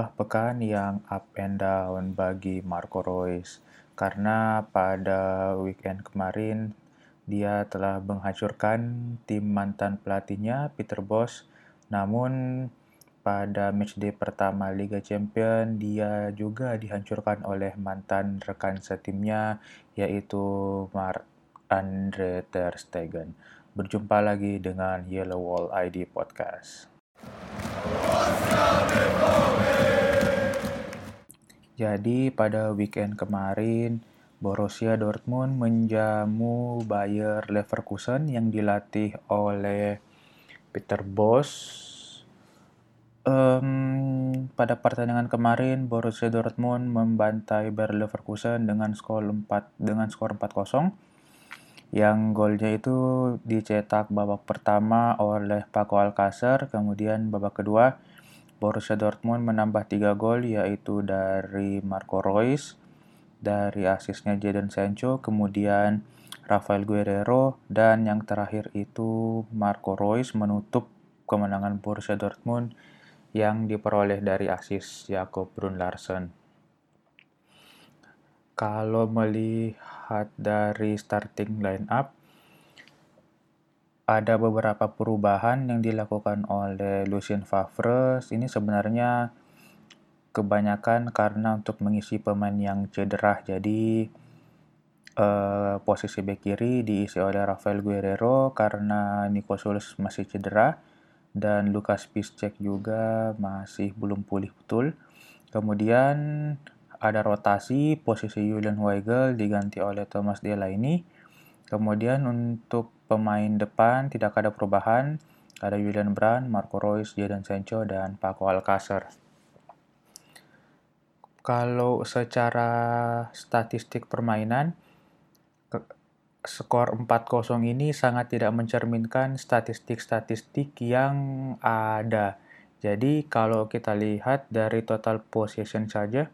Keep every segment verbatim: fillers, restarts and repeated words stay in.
sebuah pekan yang up and down bagi Marco Reus, karena pada weekend kemarin dia telah menghancurkan tim mantan pelatihnya Peter Bosz. Namun pada matchday pertama Liga Champions dia juga dihancurkan oleh mantan rekan setimnya, yaitu Marc-Andre ter Stegen. Berjumpa lagi dengan Yellow Wall I D Podcast. Jadi pada weekend kemarin, Borussia Dortmund menjamu Bayer Leverkusen yang dilatih oleh Peter Bosz. Um, pada pertandingan kemarin, Borussia Dortmund membantai Bayer Leverkusen dengan skor empat dengan skor empat kosong. Yang golnya itu dicetak babak pertama oleh Paco Alcácer, kemudian babak kedua Borussia Dortmund menambah tiga gol, yaitu dari Marco Reus, dari asisnya Jadon Sancho, kemudian Rafael Guerreiro, dan yang terakhir itu Marco Reus menutup kemenangan Borussia Dortmund yang diperoleh dari asis Jakob Brun Larsen. Kalau melihat dari starting line up, ada beberapa perubahan yang dilakukan oleh Lucien Favre. Ini sebenarnya kebanyakan karena untuk mengisi pemain yang cedera. Jadi eh, posisi bek kiri diisi oleh Rafael Guerreiro karena Nico Schulz masih cedera dan Lukas Piszczek juga masih belum pulih betul. Kemudian ada rotasi, posisi Julian Weigl diganti oleh Thomas Delaney. Kemudian untuk pemain depan tidak ada perubahan, ada Julian Brandt, Marco Reus, Jadon Sancho, dan Paco Alcácer. Kalau secara statistik permainan, skor empat kosong ini sangat tidak mencerminkan statistik-statistik yang ada. Jadi kalau kita lihat dari total possession saja,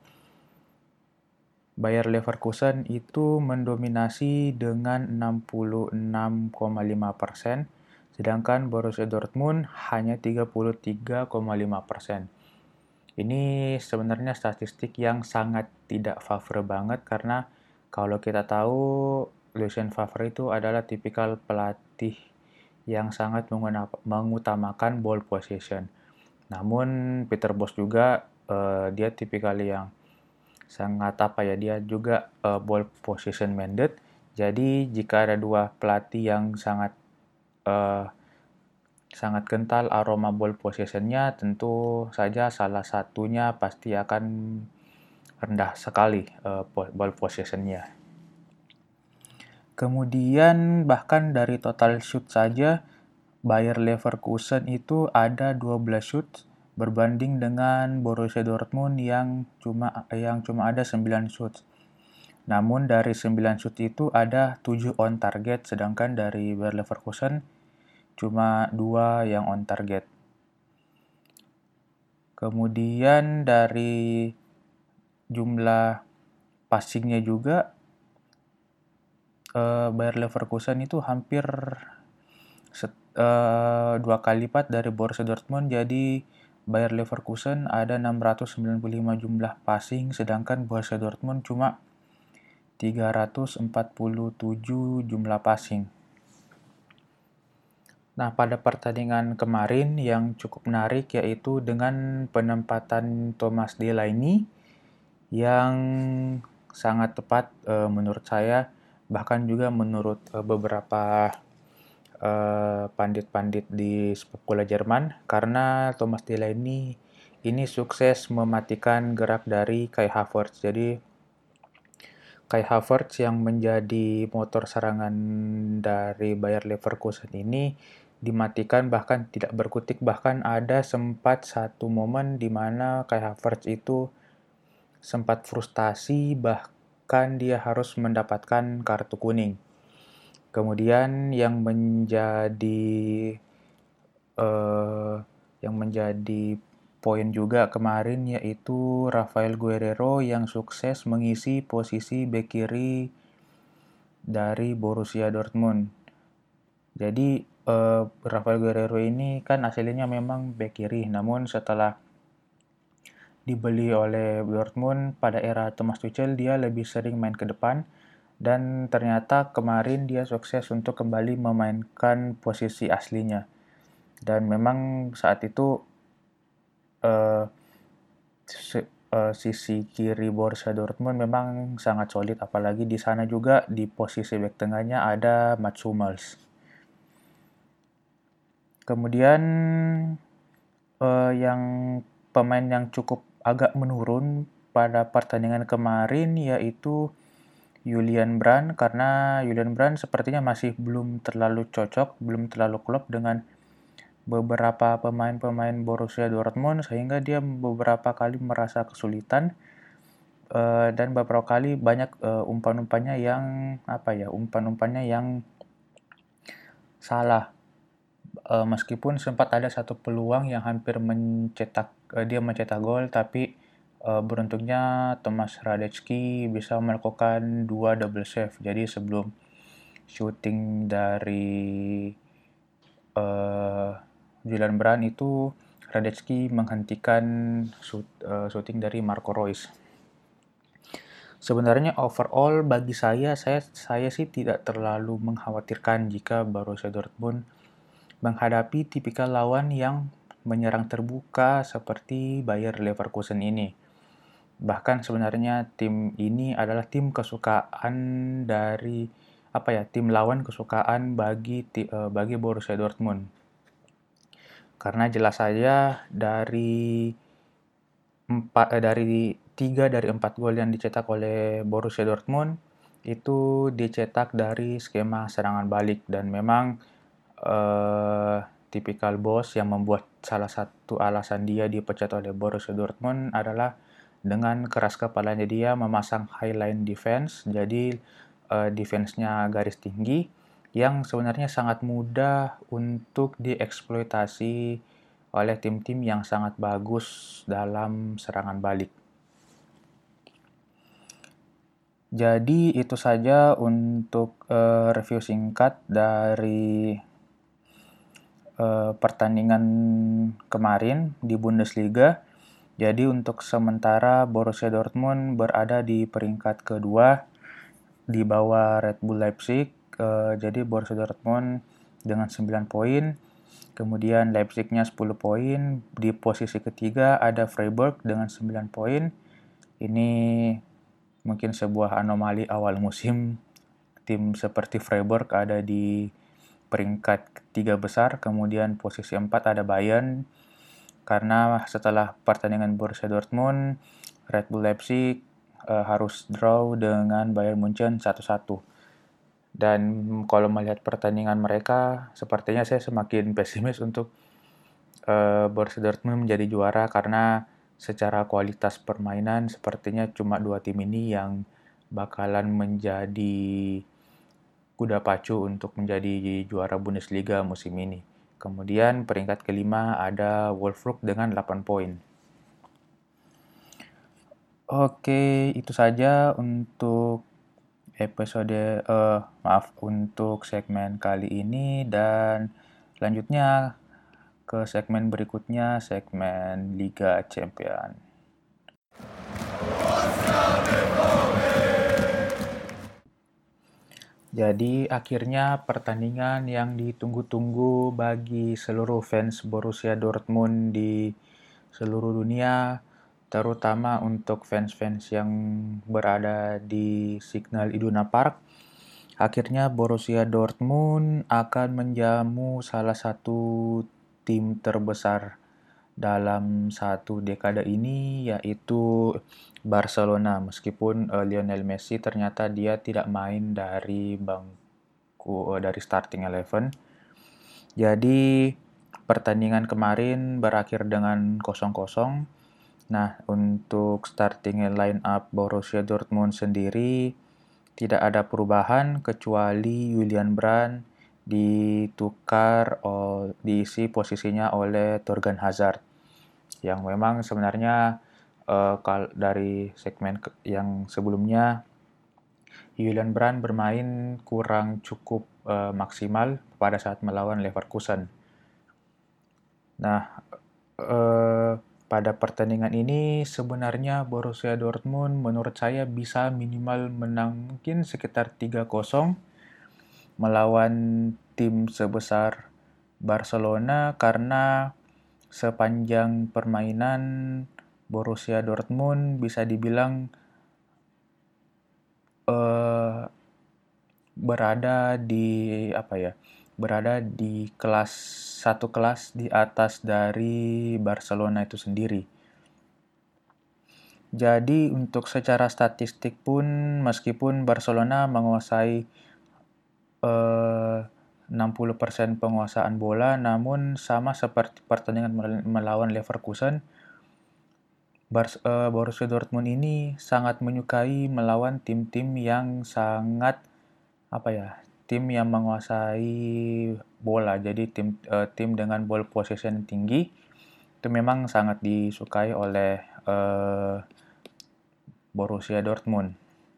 Bayer Leverkusen itu mendominasi dengan enam puluh enam koma lima persen, sedangkan Borussia Dortmund hanya tiga puluh tiga koma lima persen. Ini sebenarnya statistik yang sangat tidak favor banget karena kalau kita tahu Lucien Favre itu adalah tipikal pelatih yang sangat mengutamakan ball possession. Namun Peter Bosz juga uh, dia tipikal yang sangat apa ya, dia juga uh, ball possession minded. Jadi jika ada dua pelatih yang sangat uh, sangat kental aroma ball possession-nya, tentu saja salah satunya pasti akan rendah sekali uh, ball possession-nya. Kemudian bahkan dari total shoot saja Bayer Leverkusen itu ada dua belas shoot berbanding dengan Borussia Dortmund yang cuma yang cuma ada sembilan shoot. Namun dari sembilan shoot itu ada tujuh on target, sedangkan dari Bayer Leverkusen cuma dua yang on target. Kemudian dari jumlah passingnya juga uh, Bayer Leverkusen itu hampir set, uh, dua kali lipat dari Borussia Dortmund. Jadi Bayer Leverkusen ada enam ratus sembilan puluh lima jumlah passing, sedangkan Borussia Dortmund cuma tiga ratus empat puluh tujuh jumlah passing. Nah, pada pertandingan kemarin yang cukup menarik yaitu dengan penempatan Thomas Delaney yang sangat tepat uh, menurut saya, bahkan juga menurut uh, beberapa uh, pandit-pandit di sepak bola Jerman, karena Thomas Delaney ini sukses mematikan gerak dari Kai Havertz. Jadi Kai Havertz yang menjadi motor serangan dari Bayer Leverkusen ini dimatikan, bahkan tidak berkutik. Bahkan ada sempat satu momen di mana Kai Havertz itu sempat frustasi, bahkan dia harus mendapatkan kartu kuning. Kemudian yang menjadi uh, yang menjadi poin juga kemarin yaitu Rafael Guerreiro yang sukses mengisi posisi bek kiri dari Borussia Dortmund. Jadi uh, Rafael Guerreiro ini kan aslinya memang bek kiri, namun setelah dibeli oleh Dortmund pada era Thomas Tuchel, dia lebih sering main ke depan, dan ternyata kemarin dia sukses untuk kembali memainkan posisi aslinya. Dan memang saat itu uh, uh, sisi kiri Borussia Dortmund memang sangat solid, apalagi di sana juga di posisi bek tengahnya ada Mats Hummels. Kemudian uh, yang pemain yang cukup agak menurun pada pertandingan kemarin yaitu Julian Brandt, karena Julian Brandt sepertinya masih belum terlalu cocok, belum terlalu klop dengan beberapa pemain-pemain Borussia Dortmund, sehingga dia beberapa kali merasa kesulitan uh, dan beberapa kali banyak uh, umpan-umpannya yang apa ya umpan-umpannya yang salah. Uh, meskipun sempat ada satu peluang yang hampir mencetak uh, dia mencetak gol, tapi uh, beruntungnya Thomas Radetzky bisa melakukan dua double save. Jadi sebelum shooting dari uh, Julian Brandt itu, Radetzky menghentikan shoot, uh, shooting dari Marco Reus. Sebenarnya overall bagi saya, saya saya sih tidak terlalu mengkhawatirkan jika Borussia Dortmund menghadapi tipikal lawan yang menyerang terbuka seperti Bayer Leverkusen ini. Bahkan sebenarnya tim ini adalah tim kesukaan dari apa ya, tim lawan kesukaan bagi bagi Borussia Dortmund. Karena jelas saja dari empat eh, dari tiga dari empat gol yang dicetak oleh Borussia Dortmund itu dicetak dari skema serangan balik, dan memang Uh, tipikal bos yang membuat salah satu alasan dia dipecat oleh Borussia Dortmund adalah dengan keras kepalanya dia memasang highline defense, jadi uh, defense-nya garis tinggi yang sebenarnya sangat mudah untuk dieksploitasi oleh tim-tim yang sangat bagus dalam serangan balik. Jadi itu saja untuk uh, review singkat dari Uh, pertandingan kemarin di Bundesliga. Jadi untuk sementara Borussia Dortmund berada di peringkat kedua di bawah Red Bull Leipzig. Uh, jadi Borussia Dortmund dengan sembilan poin, kemudian Leipzignya sepuluh poin. Di posisi ketiga ada Freiburg dengan sembilan poin. Ini mungkin sebuah anomali awal musim, tim seperti Freiburg ada di peringkat ketiga besar. Kemudian posisi empat ada Bayern, karena setelah pertandingan Borussia Dortmund, Red Bull Leipzig uh, harus draw dengan Bayern Munchen satu satu. Dan kalau melihat pertandingan mereka, sepertinya saya semakin pesimis untuk uh, Borussia Dortmund menjadi juara, karena secara kualitas permainan sepertinya cuma dua tim ini yang bakalan menjadi kuda pacu untuk menjadi juara Bundesliga musim ini. Kemudian peringkat kelima ada Wolfsburg dengan delapan poin. Oke, itu saja untuk episode uh, maaf untuk segmen kali ini, dan selanjutnya ke segmen berikutnya, segmen Liga Champions. Jadi akhirnya pertandingan yang ditunggu-tunggu bagi seluruh fans Borussia Dortmund di seluruh dunia, terutama untuk fans-fans yang berada di Signal Iduna Park, akhirnya Borussia Dortmund akan menjamu salah satu tim terbesar dalam satu dekade ini, yaitu Barcelona. Meskipun uh, Lionel Messi ternyata dia tidak main dari bangku uh, dari starting eleven. Jadi pertandingan kemarin berakhir dengan kosong kosong. Nah, untuk starting line up Borussia Dortmund sendiri tidak ada perubahan kecuali Julian Brandt ditukar oh, diisi posisinya oleh Thorgan Hazard, yang memang sebenarnya uh, dari segmen yang sebelumnya Julian Brandt bermain kurang cukup uh, maksimal pada saat melawan Leverkusen. Nah, uh, pada pertandingan ini sebenarnya Borussia Dortmund menurut saya bisa minimal menang mungkin sekitar tiga kosong melawan tim sebesar Barcelona, karena sepanjang permainan Borussia Dortmund bisa dibilang uh, berada di apa ya berada di kelas satu kelas di atas dari Barcelona itu sendiri. Jadi untuk secara statistik pun meskipun Barcelona menguasai eh, enam puluh persen penguasaan bola, namun sama seperti pertandingan melawan Leverkusen, Bars, uh, Borussia Dortmund ini sangat menyukai melawan tim-tim yang sangat apa ya, tim yang menguasai bola. Jadi tim uh, tim dengan ball possession tinggi itu memang sangat disukai oleh uh, Borussia Dortmund.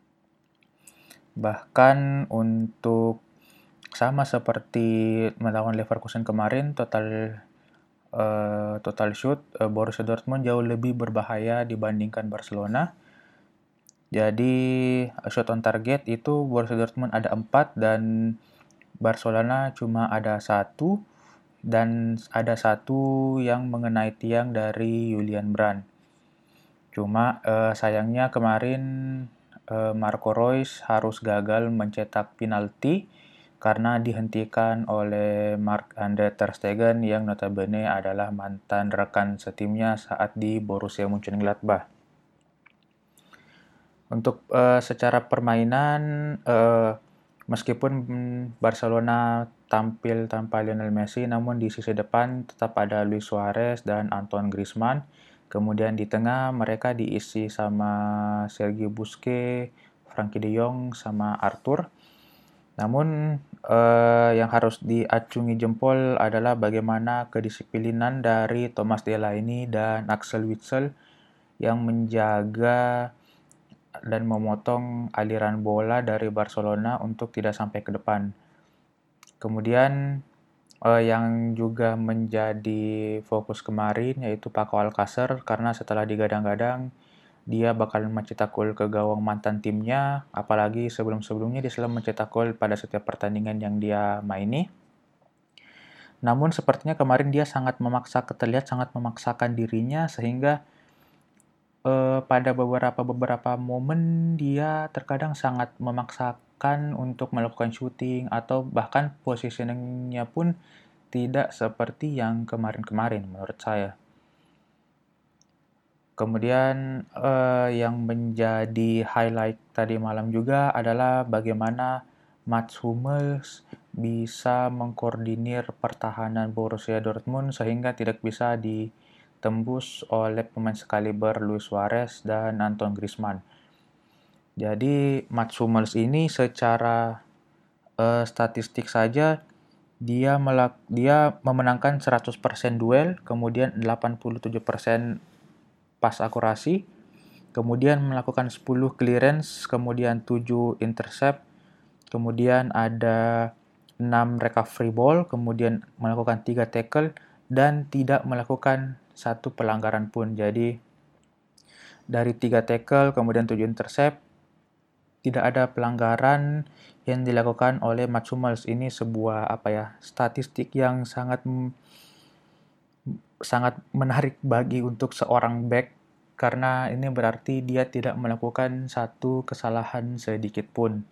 Bahkan untuk sama seperti melawan Leverkusen kemarin, total uh, total shoot uh, Borussia Dortmund jauh lebih berbahaya dibandingkan Barcelona. Jadi shot on target itu Borussia Dortmund ada empat dan Barcelona cuma ada satu, dan ada satu yang mengenai tiang dari Julian Brandt. Cuma uh, sayangnya kemarin uh, Marco Reus harus gagal mencetak penalti karena dihentikan oleh Marc-Andre ter Stegen yang notabene adalah mantan rekan setimnya saat di Borussia Mönchengladbach. Untuk uh, secara permainan, uh, meskipun Barcelona tampil tanpa Lionel Messi, namun di sisi depan tetap ada Luis Suarez dan Antoine Griezmann. Kemudian di tengah mereka diisi sama Sergio Busquets, Frankie de Jong, sama Arthur. Namun eh, yang harus diacungi jempol adalah bagaimana kedisiplinan dari Thomas Delaney dan Axel Witsel yang menjaga dan memotong aliran bola dari Barcelona untuk tidak sampai ke depan. Kemudian eh, yang juga menjadi fokus kemarin yaitu Paco Alcacer, karena setelah digadang-gadang dia bakal mencetak gol ke gawang mantan timnya, apalagi sebelum-sebelumnya dia selalu mencetak gol pada setiap pertandingan yang dia maini. Namun sepertinya kemarin dia sangat memaksa, terlihat sangat memaksakan dirinya sehingga eh, pada beberapa beberapa momen dia terkadang sangat memaksakan untuk melakukan shooting atau bahkan positioningnya pun tidak seperti yang kemarin-kemarin menurut saya. Kemudian eh, yang menjadi highlight tadi malam juga adalah bagaimana Mats Hummels bisa mengkoordinir pertahanan Borussia Dortmund sehingga tidak bisa ditembus oleh pemain sekaliber Luis Suarez dan Antoine Griezmann. Jadi Mats Hummels ini secara eh, statistik saja dia melak dia memenangkan seratus persen duel, kemudian delapan puluh tujuh persen pas akurasi, kemudian melakukan sepuluh clearance, kemudian tujuh intercept, kemudian ada enam recovery ball, kemudian melakukan tiga tackle, dan tidak melakukan satu pelanggaran pun. Jadi dari tiga tackle, kemudian tujuh intercept, tidak ada pelanggaran yang dilakukan oleh Mats Hummels. Ini sebuah apa ya, statistik yang sangat sangat menarik bagi untuk seorang back, karena ini berarti dia tidak melakukan satu kesalahan sedikit pun.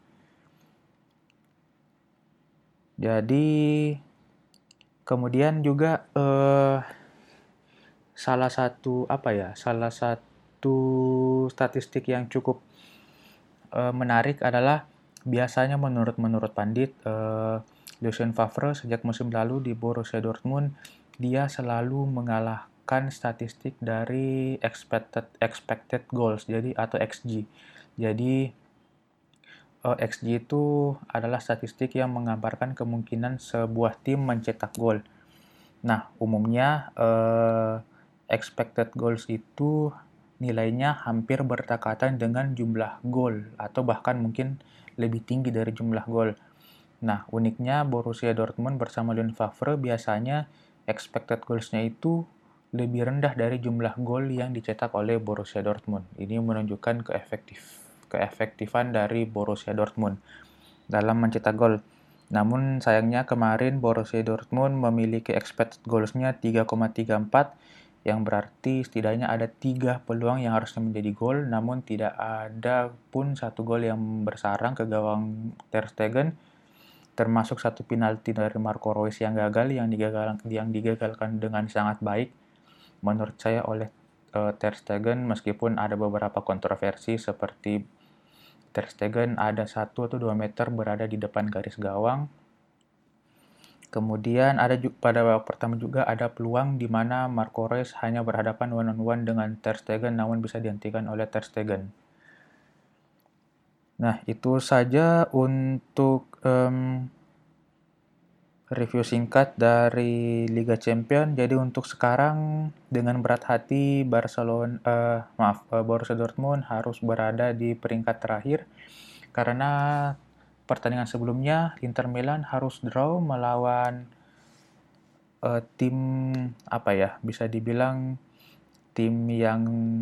Jadi kemudian juga eh, salah satu apa ya salah satu statistik yang cukup eh, menarik adalah biasanya menurut menurut pandit eh, Lucien Favre sejak musim lalu di Borussia Dortmund dia selalu mengalahkan statistik dari expected expected goals, jadi atau X G. Jadi uh, X G itu adalah statistik yang menggambarkan kemungkinan sebuah tim mencetak gol. Nah, umumnya uh, expected goals itu nilainya hampir berdekatan dengan jumlah gol atau bahkan mungkin lebih tinggi dari jumlah gol. Nah, uniknya Borussia Dortmund bersama Lucien Favre biasanya expected goals-nya itu lebih rendah dari jumlah gol yang dicetak oleh Borussia Dortmund. Ini menunjukkan keefektif, keefektifan dari Borussia Dortmund dalam mencetak gol. Namun sayangnya kemarin Borussia Dortmund memiliki expected goals-nya tiga koma tiga empat, yang berarti setidaknya ada tiga peluang yang harusnya menjadi gol, namun tidak ada pun satu gol yang bersarang ke gawang Ter Stegen, termasuk satu penalti dari Marco Reus yang gagal, yang digagal, yang digagalkan dengan sangat baik menurut saya oleh uh, Ter Stegen, meskipun ada beberapa kontroversi seperti Ter Stegen ada satu atau dua meter berada di depan garis gawang. Kemudian ada juga, pada babak pertama juga ada peluang di mana Marco Reus hanya berhadapan one on one dengan Ter Stegen namun bisa dihentikan oleh Ter Stegen. Nah, itu saja untuk um, review singkat dari Liga Champions. Jadi untuk sekarang dengan berat hati Barcelona, uh, maaf, uh, Borussia Dortmund harus berada di peringkat terakhir karena pertandingan sebelumnya Inter Milan harus draw melawan uh, tim apa ya, bisa dibilang tim yang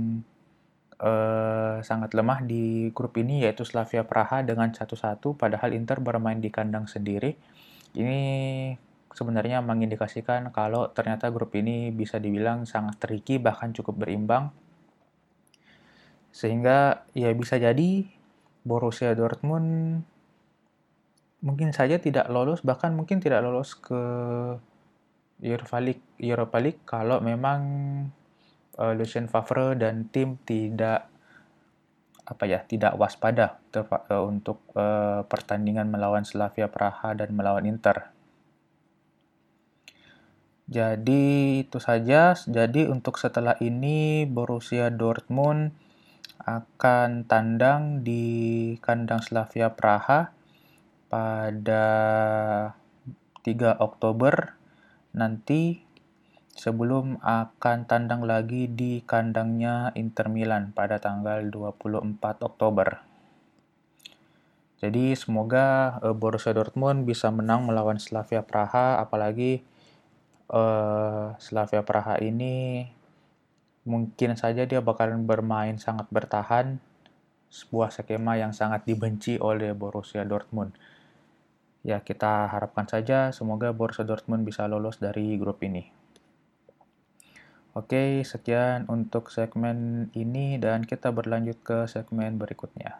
uh, sangat lemah di grup ini, yaitu Slavia Praha dengan satu satu, padahal Inter bermain di kandang sendiri. Ini sebenarnya mengindikasikan kalau ternyata grup ini bisa dibilang sangat tricky, bahkan cukup berimbang. Sehingga ya bisa jadi Borussia Dortmund mungkin saja tidak lolos, bahkan mungkin tidak lolos ke Europa League, Europa League kalau memang uh, Lucien Favre dan tim tidak apa ya, tidak waspada terpa, uh, untuk uh, pertandingan melawan Slavia Praha dan melawan Inter. Jadi itu saja. Jadi untuk setelah ini Borussia Dortmund akan tandang di kandang Slavia Praha pada tiga Oktober nanti, sebelum akan tandang lagi di kandangnya Inter Milan pada tanggal dua puluh empat Oktober. Jadi semoga uh, Borussia Dortmund bisa menang melawan Slavia Praha, apalagi uh, Slavia Praha ini mungkin saja dia bakalan bermain sangat bertahan, sebuah skema yang sangat dibenci oleh Borussia Dortmund. Ya, kita harapkan saja semoga Borussia Dortmund bisa lolos dari grup ini. Oke, sekian untuk segmen ini dan kita berlanjut ke segmen berikutnya.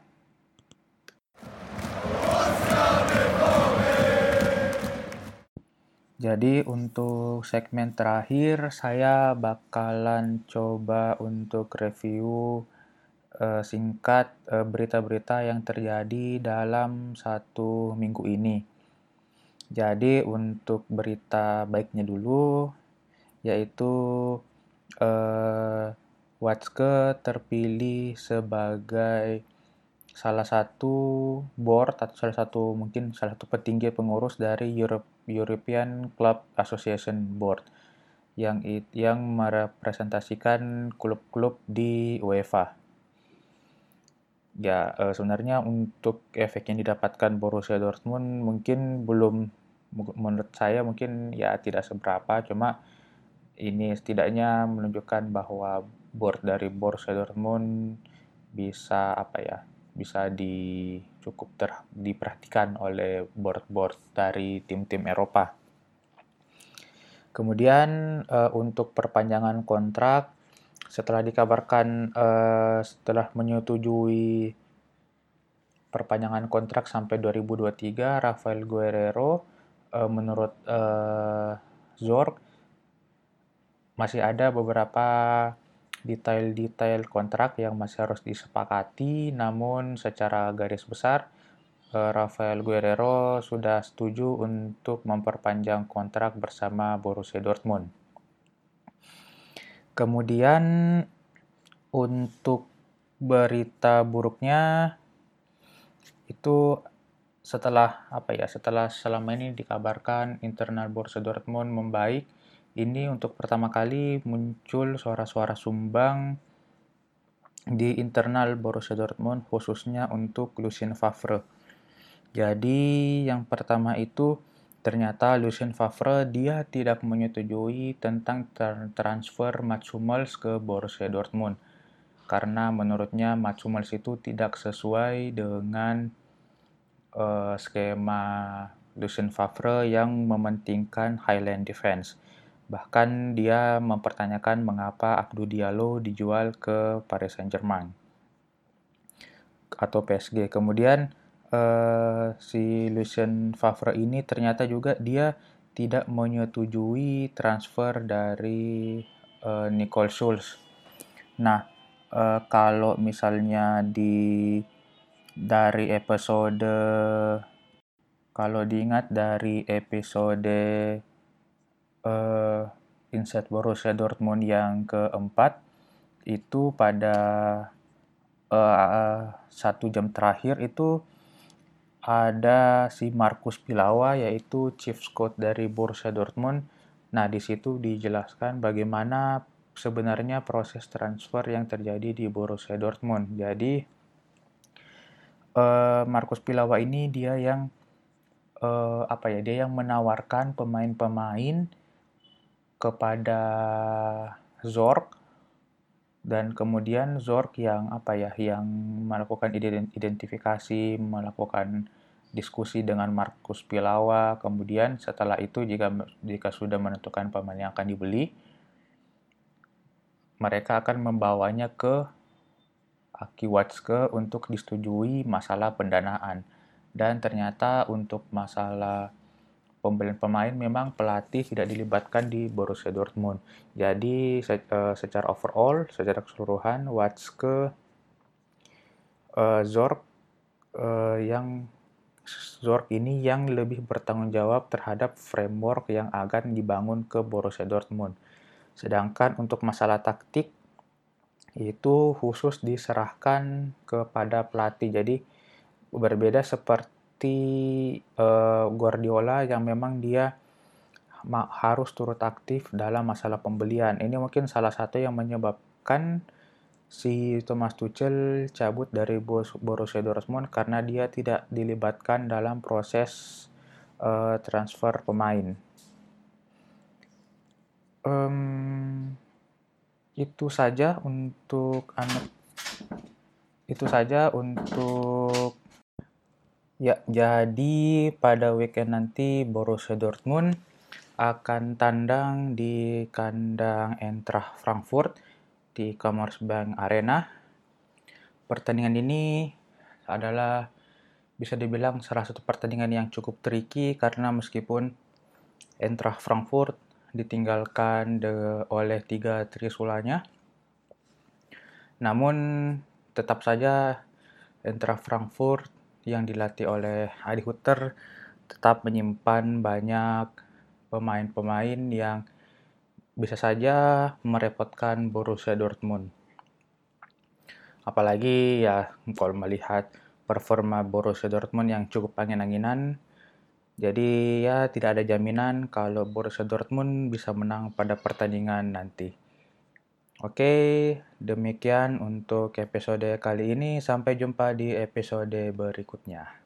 Jadi untuk segmen terakhir saya bakalan coba untuk review uh, singkat uh, berita-berita yang terjadi dalam satu minggu ini. Jadi untuk berita baiknya dulu, yaitu uh, Watzke terpilih sebagai salah satu board atau salah satu mungkin salah satu petinggi pengurus dari Europe, European Club Association Board yang yang merepresentasikan klub-klub di UEFA. Ya, uh, sebenarnya untuk efek yang didapatkan Borussia Dortmund mungkin belum, menurut saya mungkin ya tidak seberapa, cuma ini setidaknya menunjukkan bahwa board dari Borussia Dortmund bisa apa ya, bisa di cukup ter, diperhatikan oleh board-board dari tim-tim Eropa. Kemudian uh, untuk perpanjangan kontrak, setelah dikabarkan uh, setelah menyetujui perpanjangan kontrak sampai dua ribu dua puluh tiga, Rafael Guerreiro uh, menurut uh, Zorc masih ada beberapa detail-detail kontrak yang masih harus disepakati, namun secara garis besar Rafael Guerreiro sudah setuju untuk memperpanjang kontrak bersama Borussia Dortmund. Kemudian untuk berita buruknya itu setelah apa ya, setelah selama ini dikabarkan internal Borussia Dortmund membaik, ini untuk pertama kali muncul suara-suara sumbang di internal Borussia Dortmund, khususnya untuk Lucien Favre. Jadi yang pertama itu ternyata Lucien Favre dia tidak menyetujui tentang tra- transfer Mats Hummels ke Borussia Dortmund karena menurutnya Mats Hummels itu tidak sesuai dengan uh, skema Lucien Favre yang mementingkan Highland Defense. Bahkan dia mempertanyakan mengapa Abdou Diallo dijual ke Paris Saint-Germain atau P S G. Kemudian uh, si Lucien Favre ini ternyata juga dia tidak menyetujui transfer dari uh, Nicole Schulz. Nah, uh, kalau misalnya di dari episode kalau diingat dari episode uh, Inside Borussia Dortmund yang keempat itu pada uh, satu jam terakhir itu ada si Marcus Pilawa yaitu Chief Scout dari Borussia Dortmund. Nah, di situ dijelaskan bagaimana sebenarnya proses transfer yang terjadi di Borussia Dortmund. Jadi uh, Marcus Pilawa ini dia yang uh, apa ya? Dia yang menawarkan pemain-pemain kepada Zorc dan kemudian Zorc yang apa ya? Yang melakukan identifikasi, melakukan diskusi dengan Marcus Pilawa. Kemudian setelah itu jika jika sudah menentukan pemain yang akan dibeli, mereka akan membawanya ke Aki Watzke untuk disetujui masalah pendanaan. Dan ternyata untuk masalah pembelian pemain memang pelatih tidak dilibatkan di Borussia Dortmund. Jadi secara overall, secara keseluruhan Watzke, uh, Zorc uh, yang Zorc ini yang lebih bertanggung jawab terhadap framework yang akan dibangun ke Borussia Dortmund. Sedangkan untuk masalah taktik itu khusus diserahkan kepada pelatih. Jadi berbeda seperti uh, Guardiola yang memang dia harus turut aktif dalam masalah pembelian. Ini mungkin salah satu yang menyebabkan si Thomas Tuchel cabut dari Borussia Dortmund karena dia tidak dilibatkan dalam proses uh, transfer pemain. Um, itu saja untuk itu saja untuk ya. Jadi pada weekend nanti Borussia Dortmund akan tandang di kandang Eintracht Frankfurt di Commerzbank Arena. Pertandingan ini adalah bisa dibilang salah satu pertandingan yang cukup tricky karena meskipun Eintracht Frankfurt ditinggalkan de, oleh tiga trisulanya, namun tetap saja Eintracht Frankfurt yang dilatih oleh Adi Hutter tetap menyimpan banyak pemain-pemain yang bisa saja merepotkan Borussia Dortmund. Apalagi ya kalau melihat performa Borussia Dortmund yang cukup angin-anginan, jadi ya tidak ada jaminan kalau Borussia Dortmund bisa menang pada pertandingan nanti. Oke, demikian untuk episode kali ini. Sampai jumpa di episode berikutnya.